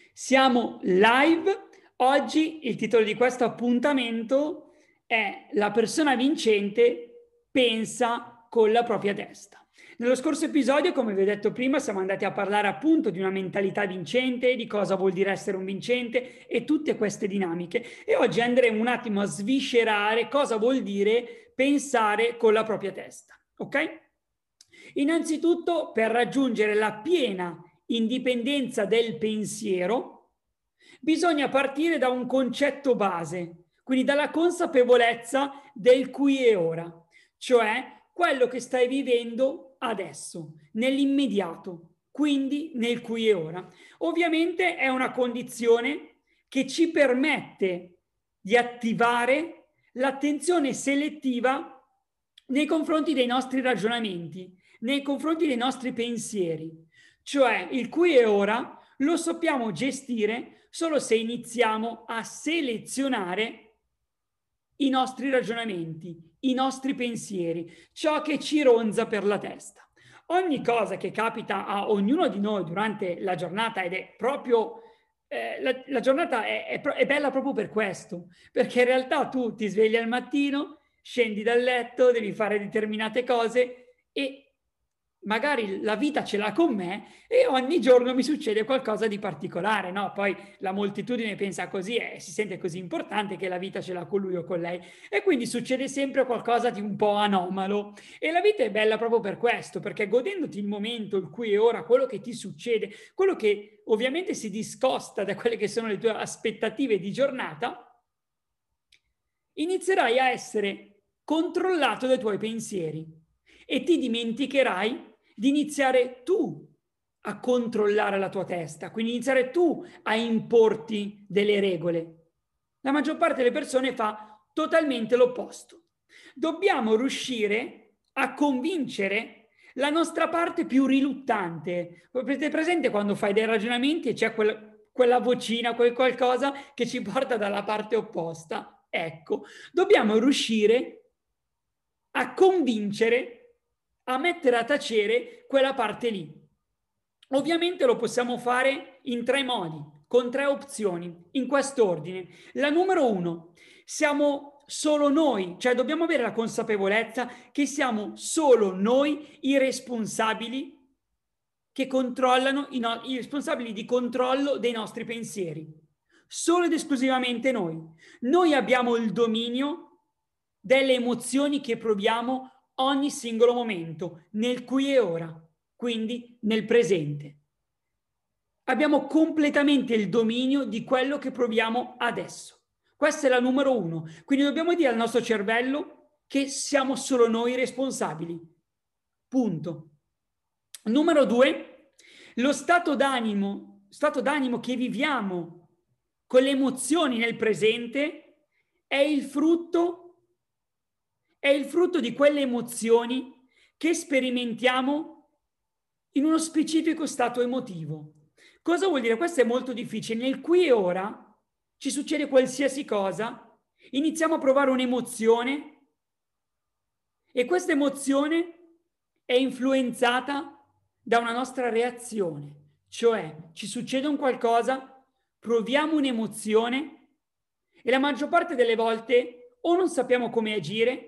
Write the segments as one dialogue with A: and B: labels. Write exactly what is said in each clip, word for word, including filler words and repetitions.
A: Siamo live. Oggi il titolo di questo appuntamento è La persona vincente pensa con la propria testa. Nello scorso episodio, come vi ho detto prima, siamo andati a parlare appunto di una mentalità vincente, di cosa vuol dire essere un vincente e tutte queste dinamiche. E oggi andremo un attimo a sviscerare cosa vuol dire pensare con la propria testa. Ok? Innanzitutto, per raggiungere la piena indipendenza del pensiero, bisogna partire da un concetto base, quindi dalla consapevolezza del qui e ora, cioè quello che stai vivendo adesso, nell'immediato, quindi nel qui e ora. Ovviamente è una condizione che ci permette di attivare l'attenzione selettiva nei confronti dei nostri ragionamenti, nei confronti dei nostri pensieri. Cioè il qui e ora lo sappiamo gestire solo se iniziamo a selezionare i nostri ragionamenti, i nostri pensieri, ciò che ci ronza per la testa. Ogni cosa che capita a ognuno di noi durante la giornata, ed è proprio eh, la, la giornata è, è, è bella proprio per questo, perché in realtà tu ti svegli al mattino, scendi dal letto, devi fare determinate cose e magari la vita ce l'ha con me e ogni giorno mi succede qualcosa di particolare, no? Poi la moltitudine pensa così e si sente così importante che la vita ce l'ha con lui o con lei e quindi succede sempre qualcosa di un po' anomalo e la vita è bella proprio per questo, perché godendoti il momento, il qui e ora, quello che ti succede, quello che ovviamente si discosta da quelle che sono le tue aspettative di giornata, inizierai a essere controllato dai tuoi pensieri e ti dimenticherai di iniziare tu a controllare la tua testa, quindi iniziare tu a importi delle regole. La maggior parte delle persone fa totalmente l'opposto. Dobbiamo riuscire a convincere la nostra parte più riluttante. Avete presente quando fai dei ragionamenti e c'è quella, quella vocina, quel qualcosa che ci porta dalla parte opposta? Ecco, dobbiamo riuscire a convincere, a mettere a tacere quella parte lì. Ovviamente lo possiamo fare in tre modi, con tre opzioni, in quest'ordine. La numero uno, siamo solo noi, cioè dobbiamo avere la consapevolezza che siamo solo noi i responsabili che controllano, i, no- i responsabili di controllo dei nostri pensieri. Solo ed esclusivamente noi. Noi abbiamo il dominio delle emozioni che proviamo ogni singolo momento, nel qui e ora, quindi nel presente. Abbiamo completamente il dominio di quello che proviamo adesso. Questa è la numero uno. Quindi dobbiamo dire al nostro cervello che siamo solo noi responsabili. Punto. Numero due, lo stato d'animo, stato d'animo che viviamo con le emozioni nel presente è il frutto è il frutto di quelle emozioni che sperimentiamo in uno specifico stato emotivo. Cosa vuol dire? Questo è molto difficile. Nel qui e ora ci succede qualsiasi cosa, iniziamo a provare un'emozione e questa emozione è influenzata da una nostra reazione, cioè ci succede un qualcosa, proviamo un'emozione e la maggior parte delle volte o non sappiamo come agire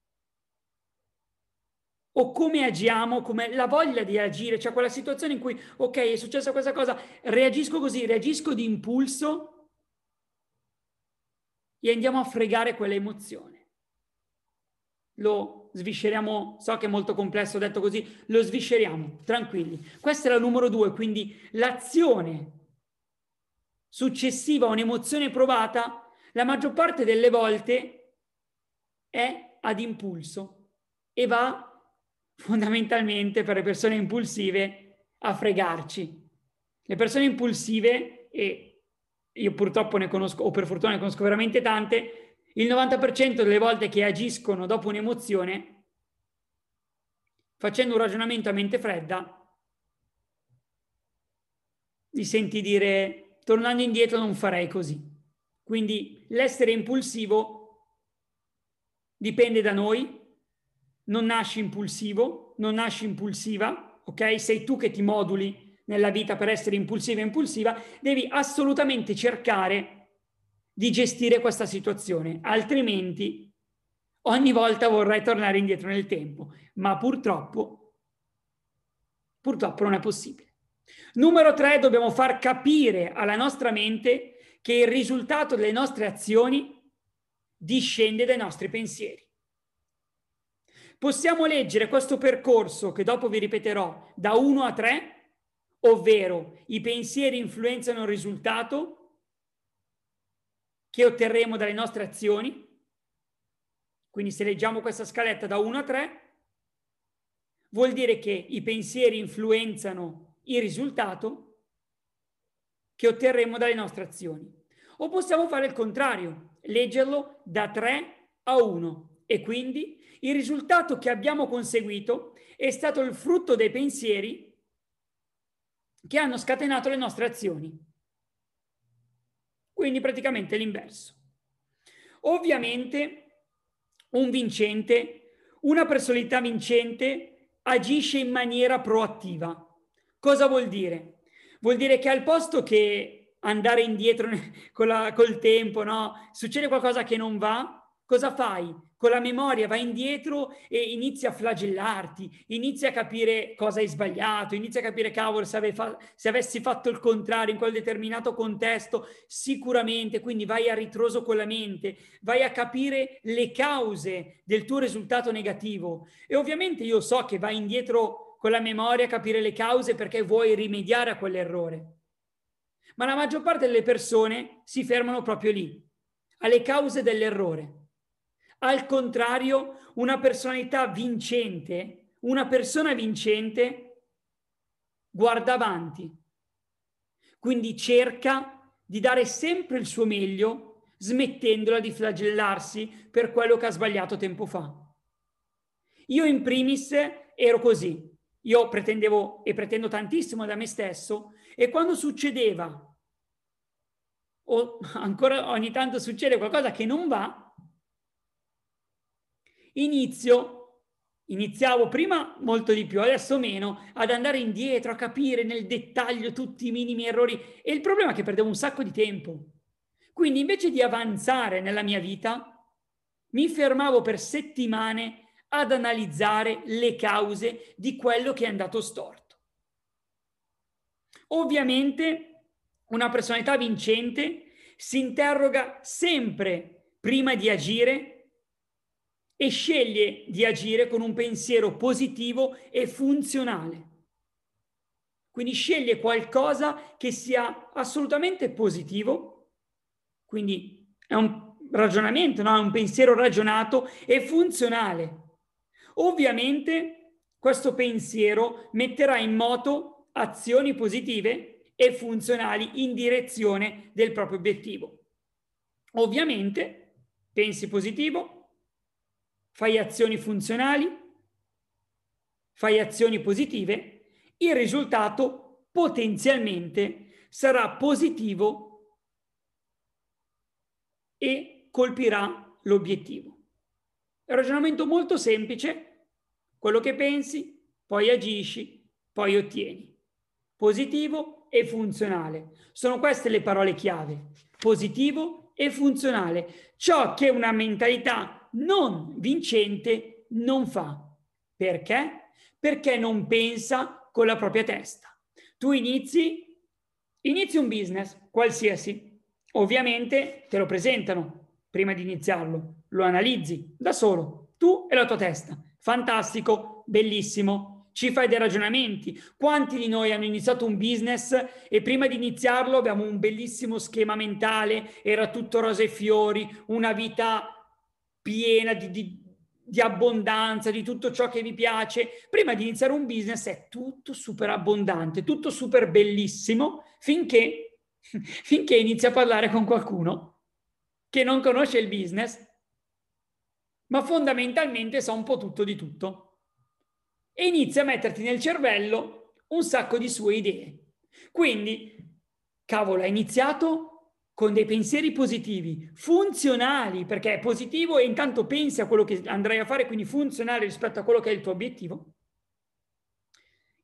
A: o come agiamo, come la voglia di agire, cioè quella situazione in cui, ok, è successa questa cosa, reagisco così, reagisco di impulso e andiamo a fregare quell'emozione. Lo svisceriamo, so che è molto complesso detto così, lo svisceriamo, tranquilli. Questa è la numero due, quindi l'azione successiva a un'emozione provata, la maggior parte delle volte è ad impulso e va fondamentalmente per le persone impulsive a fregarci. Le persone impulsive, e io purtroppo ne conosco, o per fortuna ne conosco veramente tante, il novanta per cento delle volte che agiscono dopo un'emozione, facendo un ragionamento a mente fredda, li senti dire, tornando indietro non farei così. Quindi l'essere impulsivo dipende da noi, non nasci impulsivo, non nasci impulsiva, ok? Sei tu che ti moduli nella vita per essere impulsiva e impulsiva, devi assolutamente cercare di gestire questa situazione, altrimenti ogni volta vorrai tornare indietro nel tempo, ma purtroppo, purtroppo non è possibile. Numero tre, dobbiamo far capire alla nostra mente che il risultato delle nostre azioni discende dai nostri pensieri. Possiamo leggere questo percorso, che dopo vi ripeterò, da uno a tre, ovvero i pensieri influenzano il risultato che otterremo dalle nostre azioni. Quindi se leggiamo questa scaletta da uno a tre, vuol dire che i pensieri influenzano il risultato che otterremo dalle nostre azioni. O possiamo fare il contrario, leggerlo da tre a uno, e quindi il risultato che abbiamo conseguito è stato il frutto dei pensieri che hanno scatenato le nostre azioni. Quindi praticamente l'inverso. Ovviamente un vincente, una personalità vincente agisce in maniera proattiva. Cosa vuol dire? Vuol dire che al posto che andare indietro con la, col tempo, no? Succede qualcosa che non va, cosa fai? Con la memoria vai indietro e inizi a flagellarti, inizi a capire cosa hai sbagliato, inizi a capire, cavolo, se, fa- se avessi fatto il contrario in quel determinato contesto, sicuramente, quindi vai a ritroso con la mente, vai a capire le cause del tuo risultato negativo. E ovviamente io so che vai indietro con la memoria a capire le cause perché vuoi rimediare a quell'errore. Ma la maggior parte delle persone si fermano proprio lì, alle cause dell'errore. Al contrario, una personalità vincente, una persona vincente, guarda avanti. Quindi cerca di dare sempre il suo meglio, smettendola di flagellarsi per quello che ha sbagliato tempo fa. Io in primis ero così. Io pretendevo e pretendo tantissimo da me stesso, e quando succedeva, o ancora ogni tanto succede qualcosa che non va, inizio, iniziavo prima molto di più, adesso meno, ad andare indietro, a capire nel dettaglio tutti i minimi errori, e il problema è che perdevo un sacco di tempo. Quindi invece di avanzare nella mia vita, mi fermavo per settimane ad analizzare le cause di quello che è andato storto. Ovviamente una personalità vincente si interroga sempre prima di agire e sceglie di agire con un pensiero positivo e funzionale. Quindi sceglie qualcosa che sia assolutamente positivo, quindi è un ragionamento, no? È un pensiero ragionato e funzionale. Ovviamente questo pensiero metterà in moto azioni positive e funzionali in direzione del proprio obiettivo. Ovviamente pensi positivo, fai azioni funzionali, fai azioni positive, il risultato potenzialmente sarà positivo e colpirà l'obiettivo. È un ragionamento molto semplice: quello che pensi, poi agisci, poi ottieni. Positivo e funzionale. Sono queste le parole chiave. Positivo e funzionale. Ciò che una mentalità non vincente non fa. Perché? Perché non pensa con la propria testa. Tu inizi, inizi un business, qualsiasi. Ovviamente te lo presentano prima di iniziarlo. Lo analizzi da solo, tu e la tua testa. Fantastico, bellissimo. Ci fai dei ragionamenti. Quanti di noi hanno iniziato un business e prima di iniziarlo abbiamo un bellissimo schema mentale, era tutto rose e fiori, una vita piena di, di, di abbondanza, di tutto ciò che vi piace. Prima di iniziare un business è tutto super abbondante, tutto super bellissimo, finché, finché inizi a parlare con qualcuno che non conosce il business, ma fondamentalmente sa un po' tutto di tutto. E inizia a metterti nel cervello un sacco di sue idee. Quindi, cavolo, hai iniziato con dei pensieri positivi, funzionali, perché è positivo e intanto pensi a quello che andrai a fare, quindi funzionale rispetto a quello che è il tuo obiettivo.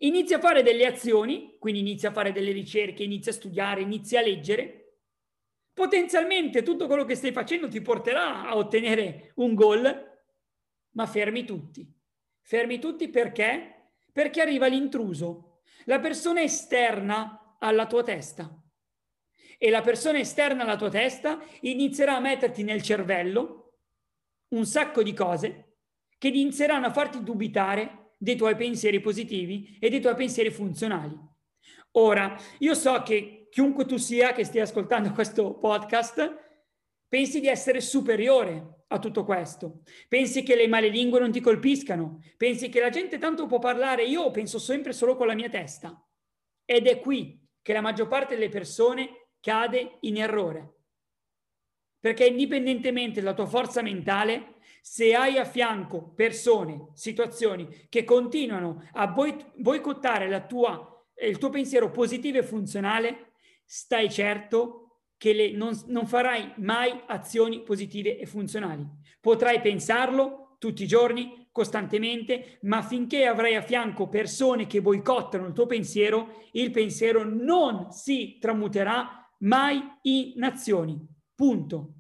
A: Inizia a fare delle azioni, quindi inizia a fare delle ricerche, inizia a studiare, inizia a leggere. Potenzialmente tutto quello che stai facendo ti porterà a ottenere un goal, ma fermi tutti. Fermi tutti perché? Perché arriva l'intruso, la persona esterna alla tua testa. E la persona esterna alla tua testa inizierà a metterti nel cervello un sacco di cose che inizieranno a farti dubitare dei tuoi pensieri positivi e dei tuoi pensieri funzionali. Ora, io so che chiunque tu sia che stia ascoltando questo podcast, pensi di essere superiore a tutto questo, pensi che le malelingue non ti colpiscano, pensi che la gente tanto può parlare, io penso sempre solo con la mia testa. Ed è qui che la maggior parte delle persone cade in errore. Perché indipendentemente dalla tua forza mentale, se hai a fianco persone, situazioni che continuano a boicottare la tua, il tuo pensiero positivo e funzionale, stai certo che le, non, non farai mai azioni positive e funzionali. Potrai pensarlo tutti i giorni, costantemente, ma finché avrai a fianco persone che boicottano il tuo pensiero, il pensiero non si tramuterà mai in azioni. Punto.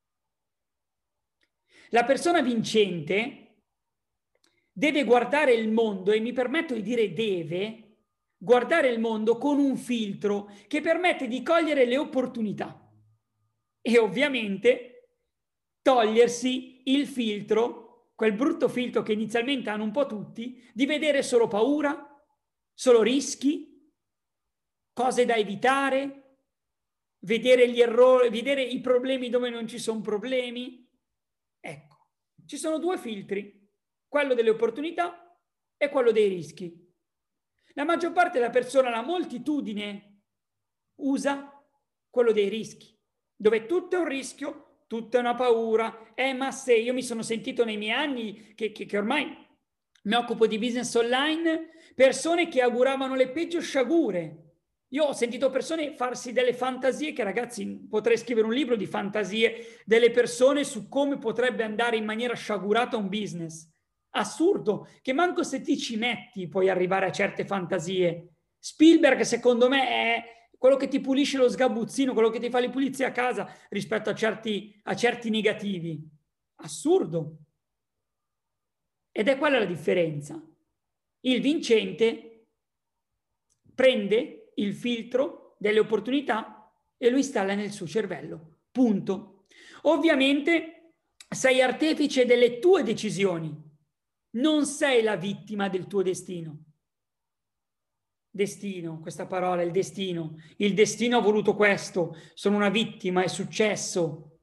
A: La persona vincente deve guardare il mondo, e mi permetto di dire deve, guardare il mondo con un filtro che permette di cogliere le opportunità e ovviamente togliersi il filtro, quel brutto filtro che inizialmente hanno un po' tutti, di vedere solo paura, solo rischi, cose da evitare, vedere gli errori, vedere i problemi dove non ci sono problemi. Ecco, ci sono due filtri, quello delle opportunità e quello dei rischi. La maggior parte della persona, la moltitudine, usa quello dei rischi, dove tutto è un rischio, tutto è una paura. Eh, ma se io mi sono sentito nei miei anni che, che, che ormai mi occupo di business online, persone che auguravano le peggio sciagure. Io ho sentito persone farsi delle fantasie che, ragazzi, potrei scrivere un libro di fantasie delle persone su come potrebbe andare in maniera sciagurata un business. Assurdo, che manco se ti ci metti puoi arrivare a certe fantasie. Spielberg, secondo me, è quello che ti pulisce lo sgabuzzino, quello che ti fa le pulizie a casa rispetto a certi, a certi negativi. Assurdo. Ed è quella la differenza. Il vincente prende il filtro delle opportunità e lo installa nel suo cervello. Punto. Ovviamente sei artefice delle tue decisioni, non sei la vittima del tuo destino. Destino, questa parola, il destino. Il destino ha voluto questo, sono una vittima, è successo.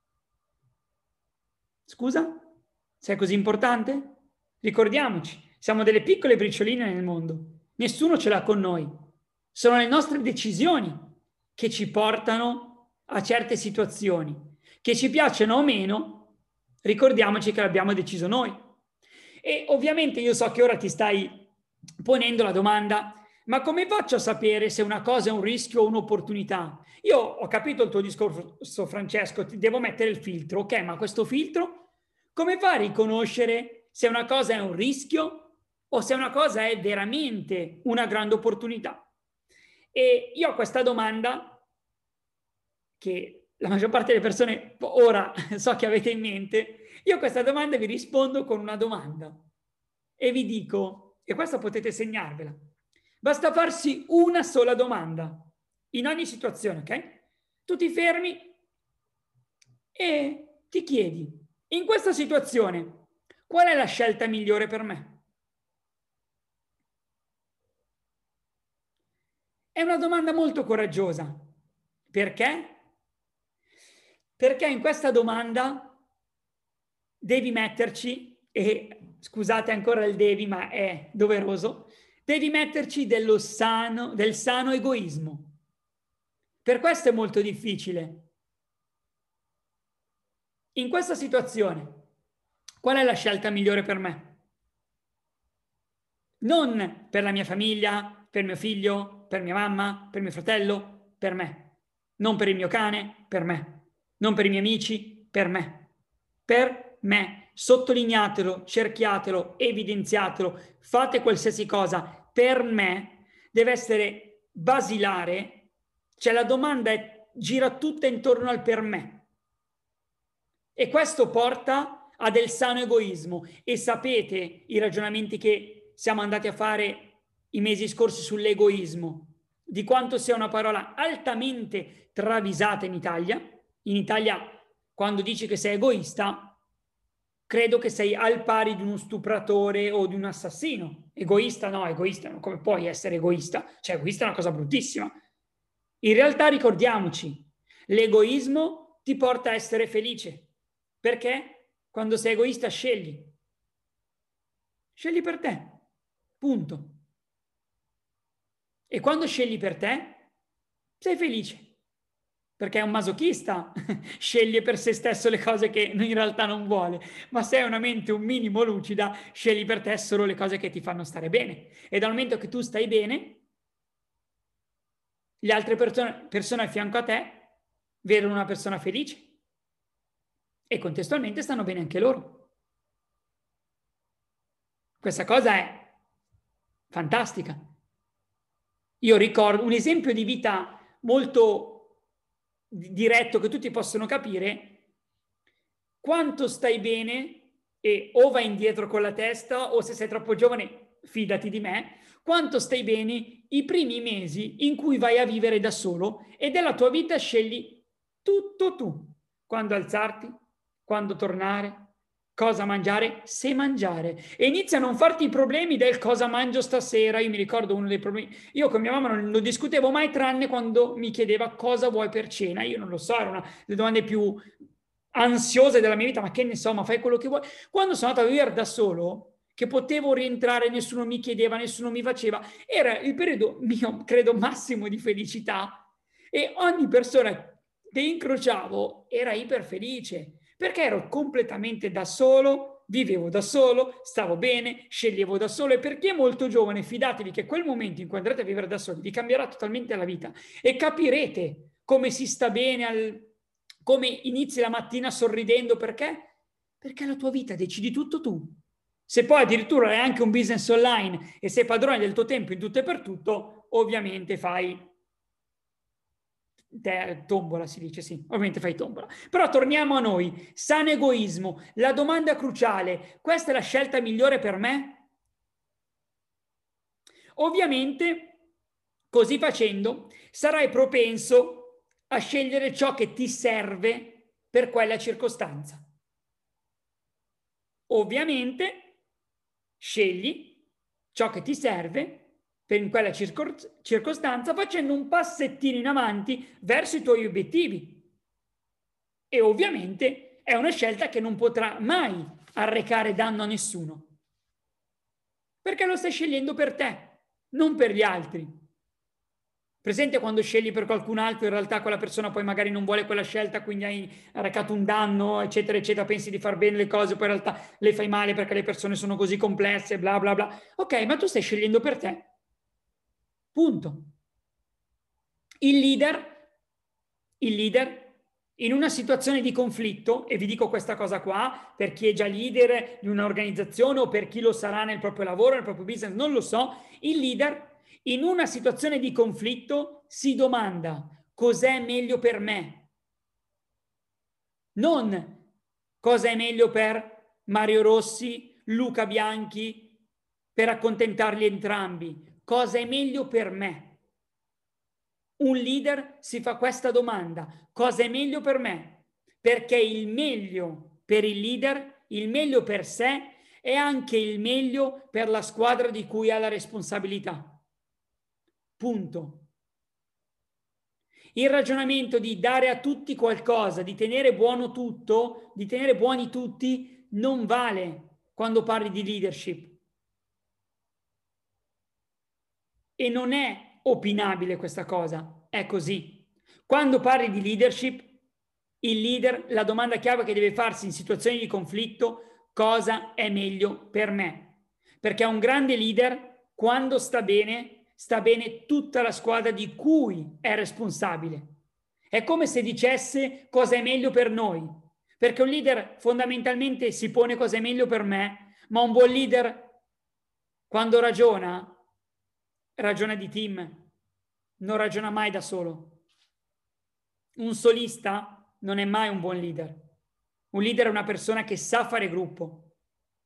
A: Scusa? Sei così importante? Ricordiamoci, siamo delle piccole bricioline nel mondo. Nessuno ce l'ha con noi. Sono le nostre decisioni che ci portano a certe situazioni. Che ci piacciono o meno, ricordiamoci che l'abbiamo deciso noi. E ovviamente io so che ora ti stai ponendo la domanda: ma come faccio a sapere se una cosa è un rischio o un'opportunità? Io ho capito il tuo discorso, Francesco, ti devo mettere il filtro. Ok, ma questo filtro come fa a riconoscere se una cosa è un rischio o se una cosa è veramente una grande opportunità? E io ho questa domanda che la maggior parte delle persone ora so che avete in mente. Io a questa domanda vi rispondo con una domanda e vi dico, e questa potete segnarvela, basta farsi una sola domanda in ogni situazione, ok? Tu ti fermi e ti chiedi: in questa situazione qual è la scelta migliore per me? È una domanda molto coraggiosa. Perché? Perché in questa domanda devi metterci, e scusate ancora il devi, ma è doveroso, devi metterci dello sano, del sano egoismo. Per questo è molto difficile. In questa situazione, qual è la scelta migliore per me? Non per la mia famiglia, per mio figlio, per mia mamma, per mio fratello, per me. Non per il mio cane, per me. Non per i miei amici, per me. Per me. Sottolineatelo, cerchiatelo, evidenziatelo, fate qualsiasi cosa. per me deve essere basilare, cioè la domanda è, gira tutta intorno al per me. E questo porta a del sano egoismo. E sapete i ragionamenti che siamo andati a fare i mesi scorsi sull'egoismo, di quanto sia una parola altamente travisata in Italia. In Italia, quando dici che sei egoista, credo che sei al pari di uno stupratore o di un assassino. Egoista no, egoista no. Come puoi essere egoista? Cioè, egoista è una cosa bruttissima. In realtà ricordiamoci, l'egoismo ti porta a essere felice. Perché? Quando sei egoista scegli. Scegli per te. Punto. E quando scegli per te, sei felice. Perché è un masochista, sceglie per se stesso le cose che in realtà non vuole, ma se hai una mente un minimo lucida, scegli per te solo le cose che ti fanno stare bene. E dal momento che tu stai bene, le altre persone, persone a fianco a te vedono una persona felice e contestualmente stanno bene anche loro. Questa cosa è fantastica. Io ricordo un esempio di vita molto diretto che tutti possono capire: quanto stai bene, e o vai indietro con la testa o se sei troppo giovane fidati di me, quanto stai bene i primi mesi in cui vai a vivere da solo e della tua vita scegli tutto tu, quando alzarti, quando tornare, cosa mangiare, se mangiare, e inizia a non farti i problemi del cosa mangio stasera. Io mi ricordo uno dei problemi, io con mia mamma non lo discutevo mai tranne quando mi chiedeva cosa vuoi per cena. Io non lo so, era una delle domande più ansiose della mia vita, ma che ne so, ma fai quello che vuoi. Quando sono andato a vivere da solo, che potevo rientrare, nessuno mi chiedeva, nessuno mi faceva, era il periodo mio, credo, massimo di felicità, e ogni persona che incrociavo era iper felice, perché ero completamente da solo, vivevo da solo, stavo bene, sceglievo da solo. E per chi è molto giovane, fidatevi che quel momento in cui andrete a vivere da soli vi cambierà totalmente la vita e capirete come si sta bene, al, come inizi la mattina sorridendo. Perché? Perché la tua vita decidi tutto tu. Se poi addirittura hai anche un business online e sei padrone del tuo tempo in tutto e per tutto, ovviamente fai Te, tombola si dice, sì, ovviamente fai tombola. Però torniamo a noi, sano egoismo, la domanda cruciale: questa è la scelta migliore per me? Ovviamente, così facendo, sarai propenso a scegliere ciò che ti serve per quella circostanza. Ovviamente, scegli ciò che ti serve per in quella circo- circostanza, facendo un passettino in avanti verso i tuoi obiettivi. E ovviamente è una scelta che non potrà mai arrecare danno a nessuno, perché lo stai scegliendo per te, non per gli altri. Presente quando scegli per qualcun altro, in realtà quella persona poi magari non vuole quella scelta, quindi hai arrecato un danno, eccetera, eccetera, pensi di far bene le cose, poi in realtà le fai male perché le persone sono così complesse, bla bla bla. Ok, ma tu stai scegliendo per te. Punto. Il leader, il leader in una situazione di conflitto, e vi dico questa cosa qua per chi è già leader di un'organizzazione o per chi lo sarà nel proprio lavoro, nel proprio business, non lo so, il leader in una situazione di conflitto si domanda: cos'è meglio per me? Non cosa è meglio per Mario Rossi, Luca Bianchi, per accontentarli entrambi. Cosa è meglio per me? Un leader si fa questa domanda: cosa è meglio per me? Perché il meglio per il leader, il meglio per sé, è anche il meglio per la squadra di cui ha la responsabilità. Punto. Il ragionamento di dare a tutti qualcosa, di tenere buono tutto, di tenere buoni tutti, non vale quando parli di leadership. E non è opinabile questa cosa, è così. Quando parli di leadership, il leader, la domanda chiave che deve farsi in situazioni di conflitto: cosa è meglio per me? Perché un grande leader, quando sta bene, sta bene tutta la squadra di cui è responsabile. È come se dicesse cosa è meglio per noi, perché un leader fondamentalmente si pone cosa è meglio per me, ma un buon leader, quando ragiona, ragiona di team, non ragiona mai da solo. Un solista non è mai un buon leader. Un leader è una persona che sa fare gruppo.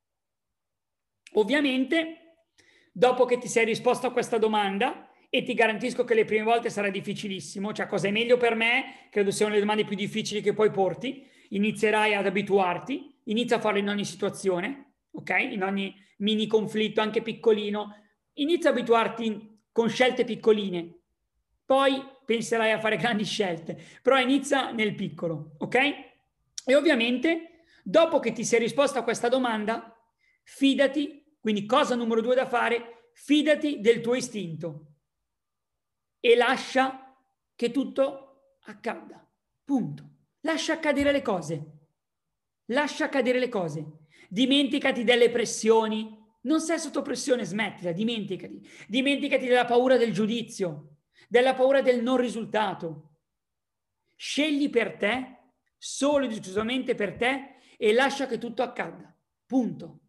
A: Ovviamente, dopo che ti sei risposto a questa domanda, e ti garantisco che le prime volte sarà difficilissimo, cioè cosa è meglio per me, credo siano le domande più difficili che poi porti, inizierai ad abituarti, inizia a farlo in ogni situazione, ok? In ogni mini conflitto, anche piccolino, inizia ad abituarti con scelte piccoline, poi penserai a fare grandi scelte, però inizia nel piccolo, ok? E ovviamente, dopo che ti sei risposto a questa domanda, fidati, quindi cosa numero due da fare, fidati del tuo istinto e lascia che tutto accada, punto. Lascia accadere le cose, lascia accadere le cose, dimenticati delle pressioni, non sei sotto pressione, smettila, dimenticati, dimenticati della paura del giudizio, della paura del non risultato. Scegli per te, solo ed esclusivamente per te, e lascia che tutto accada, punto.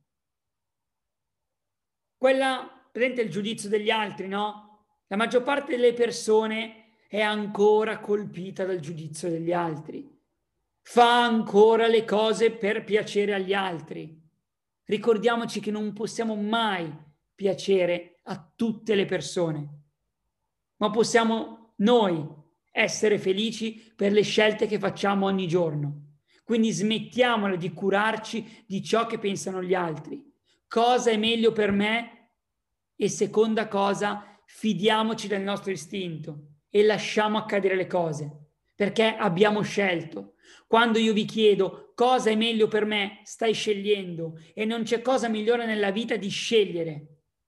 A: Quella, presente il giudizio degli altri, no? La maggior parte delle persone è ancora colpita dal giudizio degli altri. Fa ancora le cose per piacere agli altri. Ricordiamoci che non possiamo mai piacere a tutte le persone, ma possiamo noi essere felici per le scelte che facciamo ogni giorno. Quindi smettiamola di curarci di ciò che pensano gli altri. Cosa è meglio per me? E seconda cosa, fidiamoci del nostro istinto e lasciamo accadere le cose, perché abbiamo scelto. Quando io vi chiedo cosa è meglio per me, stai scegliendo, e non c'è cosa migliore nella vita di scegliere.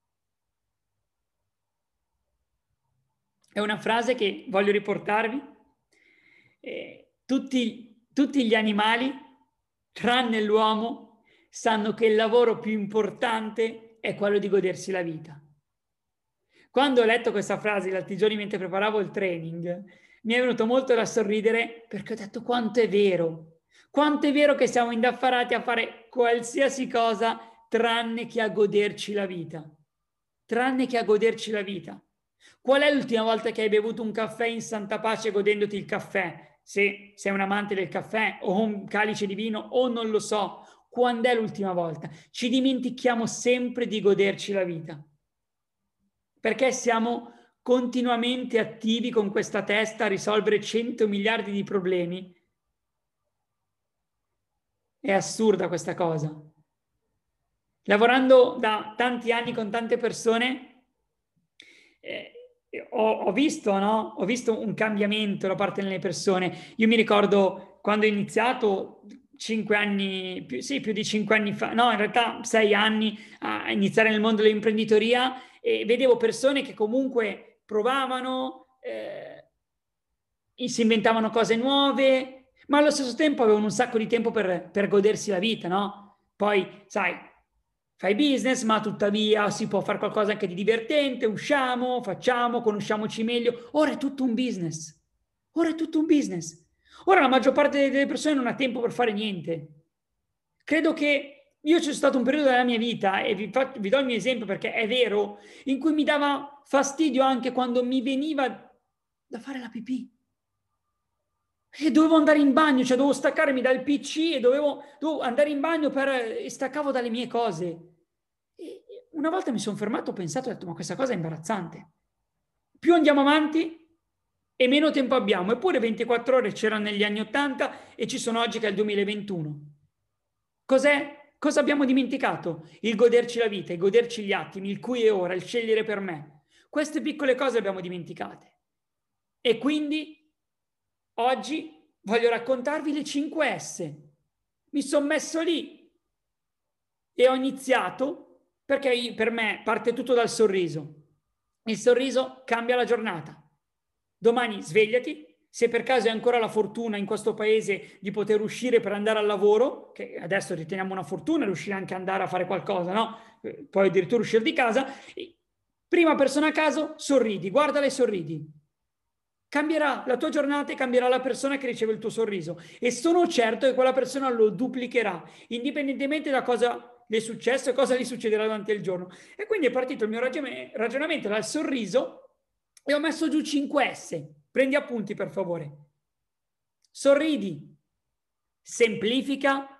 A: È una frase che voglio riportarvi. Eh, tutti, tutti gli animali, tranne l'uomo, sanno che il lavoro più importante è quello di godersi la vita. Quando ho letto questa frase l'altri giorni mentre preparavo il training, mi è venuto molto da sorridere, perché ho detto quanto è vero, quanto è vero che siamo indaffarati a fare qualsiasi cosa tranne che a goderci la vita, tranne che a goderci la vita. Qual è l'ultima volta che hai bevuto un caffè in santa pace godendoti il caffè? Se sei un amante del caffè o un calice di vino o non lo so, quando è l'ultima volta? Ci dimentichiamo sempre di goderci la vita, perché siamo continuamente attivi con questa testa a risolvere cento miliardi di problemi. È assurda questa cosa. Lavorando da tanti anni con tante persone, eh, ho, ho visto, no? Ho visto un cambiamento da parte delle persone. Io mi ricordo quando ho iniziato, cinque anni, più, sì, più di cinque anni fa, no, in realtà sei anni a iniziare nel mondo dell'imprenditoria, e vedevo persone che comunque provavano, eh, si inventavano cose nuove, ma allo stesso tempo avevano un sacco di tempo per, per godersi la vita, no? Poi, sai, fai business, ma tuttavia si può fare qualcosa anche di divertente, usciamo, facciamo, conosciamoci meglio. Ora è tutto un business. Ora è tutto un business. Ora la maggior parte delle persone non ha tempo per fare niente. Credo che io c'è stato un periodo della mia vita, e vi, faccio, vi do il mio esempio perché è vero, in cui mi dava fastidio anche quando mi veniva da fare la pipì. E dovevo andare in bagno, cioè dovevo staccarmi dal P C e dovevo, dovevo andare in bagno per, e staccavo dalle mie cose. E una volta mi sono fermato, ho pensato, ho detto, ma questa cosa è imbarazzante. Più andiamo avanti e meno tempo abbiamo. Eppure ventiquattro ore c'erano negli anni ottanta e ci sono oggi che è il duemilaventuno. Cos'è? Cosa abbiamo dimenticato? Il goderci la vita, il goderci gli attimi, il qui e ora, il scegliere per me. Queste piccole cose abbiamo dimenticate. E quindi oggi voglio raccontarvi le cinque S. Mi sono messo lì e ho iniziato, perché per me parte tutto dal sorriso. Il sorriso cambia la giornata. Domani svegliati, se per caso hai ancora la fortuna in questo paese di poter uscire per andare al lavoro, che adesso riteniamo una fortuna riuscire anche ad andare a fare qualcosa, no? Poi addirittura uscire di casa, prima persona a caso, sorridi, guardala e sorridi. Cambierà la tua giornata e cambierà la persona che riceve il tuo sorriso, e sono certo che quella persona lo duplicherà, indipendentemente da cosa del successo e cosa gli succederà durante il giorno. E quindi è partito il mio ragionamento dal sorriso e ho messo giù cinque S. Prendi appunti, per favore. Sorridi, semplifica,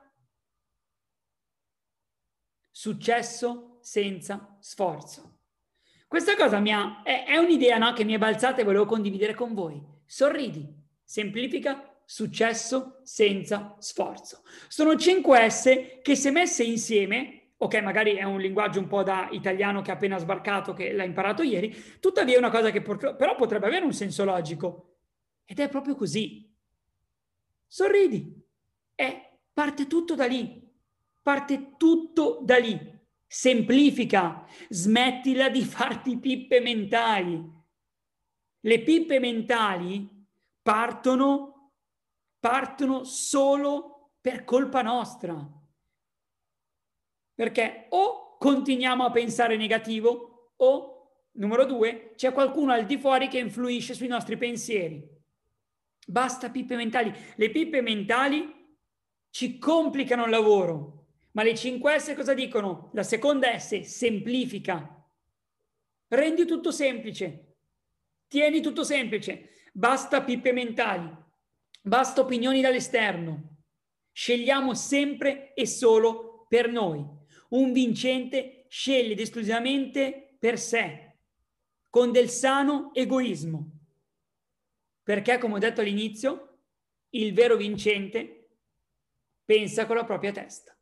A: successo senza sforzo. Questa cosa mi ha, è, è un'idea, no, che mi è balzata e volevo condividere con voi. Sorridi, semplifica, successo senza sforzo. Sono cinque S che, se messe insieme, ok, magari è un linguaggio un po' da italiano che ha appena sbarcato, che l'ha imparato ieri, tuttavia è una cosa che però potrebbe avere un senso logico. Ed è proprio così. Sorridi. E parte tutto da lì. Parte tutto da lì. Semplifica. Smettila di farti pippe mentali. Le pippe mentali partono, partono solo per colpa nostra. Perché o continuiamo a pensare negativo o, numero due, c'è qualcuno al di fuori che influisce sui nostri pensieri. Basta pippe mentali. Le pippe mentali ci complicano il lavoro. Ma le cinque S cosa dicono? La seconda S, semplifica. Rendi tutto semplice. Tieni tutto semplice. Basta pippe mentali. Basta opinioni dall'esterno. Scegliamo sempre e solo per noi. Un vincente sceglie esclusivamente per sé, con del sano egoismo. Perché, come ho detto all'inizio, il vero vincente pensa con la propria testa.